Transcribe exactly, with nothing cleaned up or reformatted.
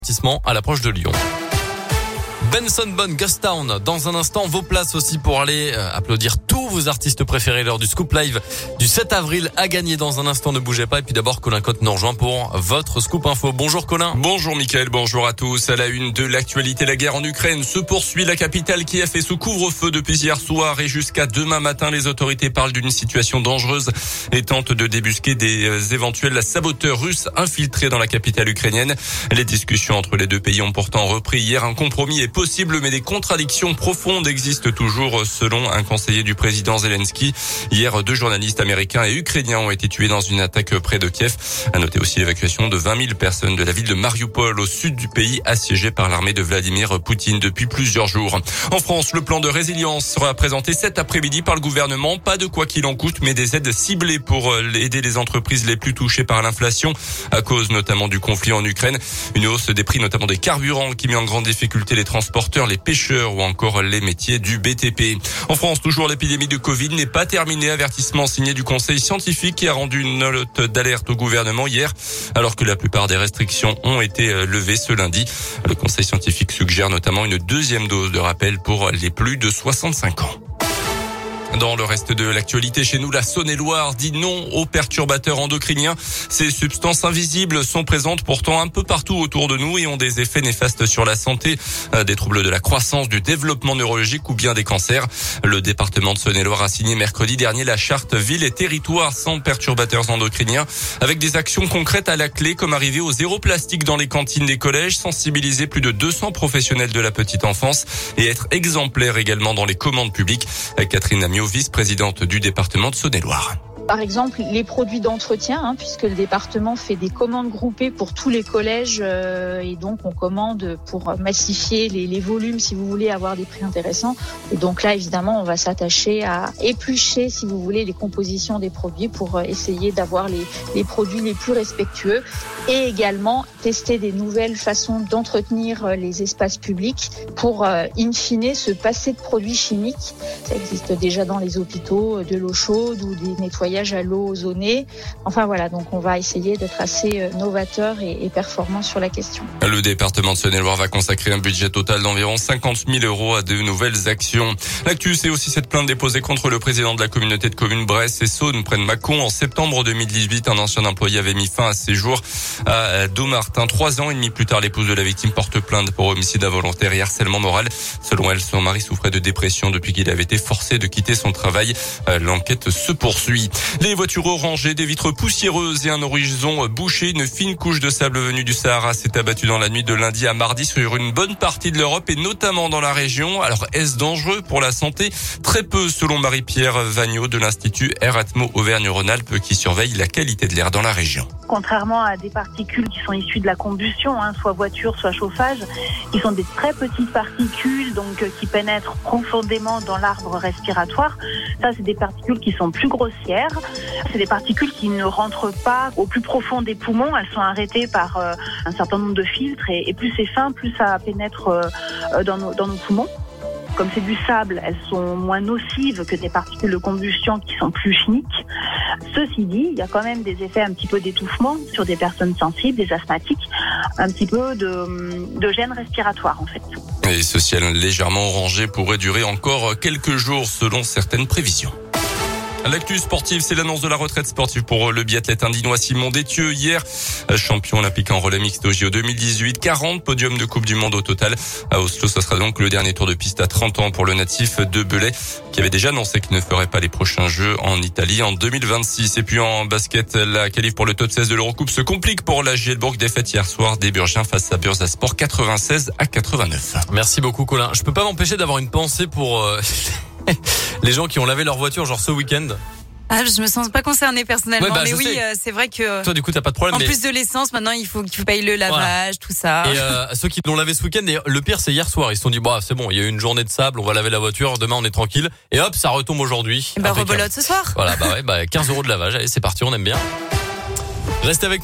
À l'approche de Lyon. Benson Boone, Ghost Town. Dans un instant, vos places aussi pour aller euh, applaudir tous vos artistes préférés lors du Scoop Live du sept avril à gagner. Dans un instant, ne bougez pas. Et puis d'abord, Colin Cotte nous rejoint pour votre Scoop Info. Bonjour Colin. Bonjour Mickaël, bonjour à tous. À la une de l'actualité, la guerre en Ukraine se poursuit. La capitale qui a fait sous couvre-feu depuis hier soir et jusqu'à demain matin. Les autorités parlent d'une situation dangereuse et tentent de débusquer des éventuels saboteurs russes infiltrés dans la capitale ukrainienne. Les discussions entre les deux pays ont pourtant repris hier. Un compromis est possible, mais des contradictions profondes existent toujours, selon un conseiller du président Zelensky. Hier, deux journalistes américains et ukrainiens ont été tués dans une attaque près de Kiev. À noter aussi l'évacuation de vingt mille personnes de la ville de Mariupol, au sud du pays, assiégée par l'armée de Vladimir Poutine depuis plusieurs jours. En France, le plan de résilience sera présenté cet après-midi par le gouvernement. Pas de quoi qu'il en coûte, mais des aides ciblées pour aider les entreprises les plus touchées par l'inflation, à cause notamment du conflit en Ukraine. Une hausse des prix, notamment des carburants, qui met en grande difficulté les transporteurs, les pêcheurs ou encore les métiers du B T P. En France, toujours l'épidémie de Covid n'est pas terminée. Avertissement signé du Conseil scientifique qui a rendu une note d'alerte au gouvernement hier, alors que la plupart des restrictions ont été levées ce lundi. Le Conseil scientifique suggère notamment une deuxième dose de rappel pour les plus de soixante-cinq ans. Dans le reste de l'actualité chez nous, la Saône-et-Loire dit non aux perturbateurs endocriniens. Ces substances invisibles sont présentes pourtant un peu partout autour de nous et ont des effets néfastes sur la santé, des troubles de la croissance, du développement neurologique ou bien des cancers. Le département de Saône-et-Loire a signé mercredi dernier la charte Ville et territoires sans perturbateurs endocriniens, avec des actions concrètes à la clé, comme arriver au zéro plastique dans les cantines des collèges, sensibiliser plus de deux cents professionnels de la petite enfance et être exemplaire également dans les commandes publiques. Catherine Amiot, vice-présidente du département de Saône-et-Loire. Par exemple, les produits d'entretien, hein, puisque le département fait des commandes groupées pour tous les collèges euh, et donc on commande pour massifier les, les volumes si vous voulez avoir des prix intéressants. Et donc là, évidemment, on va s'attacher à éplucher, si vous voulez, les compositions des produits pour essayer d'avoir les, les produits les plus respectueux et également tester des nouvelles façons d'entretenir les espaces publics pour, euh, in fine, se passer de produits chimiques. Ça existe déjà dans les hôpitaux, de l'eau chaude ou des nettoyages à l'eau ozonée. Enfin voilà, donc on va essayer d'être assez novateur et, et performant sur la question. Le département de Saône-et-Loire va consacrer un budget total d'environ cinquante mille euros à de nouvelles actions. L'actu, c'est aussi cette plainte déposée contre le président de la communauté de communes Bresse et Saône près de Mâcon. En septembre deux mille dix-huit, un ancien employé avait mis fin à ses jours à Dommartin. Trois ans et demi plus tard, l'épouse de la victime porte plainte pour homicide involontaire et harcèlement moral. Selon elle, son mari souffrait de dépression depuis qu'il avait été forcé de quitter son travail. L'enquête se poursuit. Les voitures orangées, des vitres poussiéreuses et un horizon bouché. Une fine couche de sable venue du Sahara s'est abattue dans la nuit de lundi à mardi sur une bonne partie de l'Europe et notamment dans la région. Alors, est-ce dangereux pour la santé? Très peu, selon Marie-Pierre Vagneau de l'Institut Eratmo Auvergne-Rhône-Alpes qui surveille la qualité de l'air dans la région. Contrairement à des particules qui sont issues de la combustion, hein, soit voiture, soit chauffage, qui sont des très petites particules donc qui pénètrent profondément dans l'arbre respiratoire. Ça, c'est des particules qui sont plus grossières. C'est des particules qui ne rentrent pas au plus profond des poumons. Elles sont arrêtées par euh, un certain nombre de filtres et, et plus c'est fin, plus ça pénètre euh, dans, nos, dans nos poumons. Comme c'est du sable, elles sont moins nocives que des particules de combustion qui sont plus chimiques. Ceci dit, il y a quand même des effets un petit peu d'étouffement sur des personnes sensibles, des asthmatiques, un petit peu de, de gêne respiratoire en fait. Et ce ciel légèrement orangé pourrait durer encore quelques jours selon certaines prévisions. L'actu sportive, c'est l'annonce de la retraite sportive pour le biathlète indinois Simon Détieux. Hier, champion olympique en relais mixte au J O deux mille dix-huit, quarante podiums de Coupe du Monde au total. À Oslo, ce sera donc le dernier tour de piste à trente ans pour le natif de Belay, qui avait déjà annoncé qu'il ne ferait pas les prochains Jeux en Italie en deux mille vingt-six. Et puis en basket, la qualif pour le top seize de l'Eurocoupe se complique pour la Gielbourg. Défaite hier soir des Burgiens face à Bursaspor quatre-vingt-seize à quatre-vingt-neuf. Merci beaucoup Colin. Je peux pas m'empêcher d'avoir une pensée pour... Euh... les gens qui ont lavé leur voiture genre ce week-end. Ah, je me sens pas concernée personnellement, ouais, bah, mais oui, euh, c'est vrai que. Toi, du coup, t'as pas de problème. En mais... plus de l'essence, maintenant, il faut que tu payes le lavage, voilà. Tout ça. Et euh, ceux qui l'ont lavé ce week-end, et le pire, c'est hier soir. Ils se sont dit, bah, c'est bon, il y a eu une journée de sable, on va laver la voiture, demain, on est tranquille. Et hop, ça retombe aujourd'hui. Bah, rebolote ce soir. Voilà, bah ouais, bah, quinze euros de lavage. Allez, c'est parti, on aime bien. Restez avec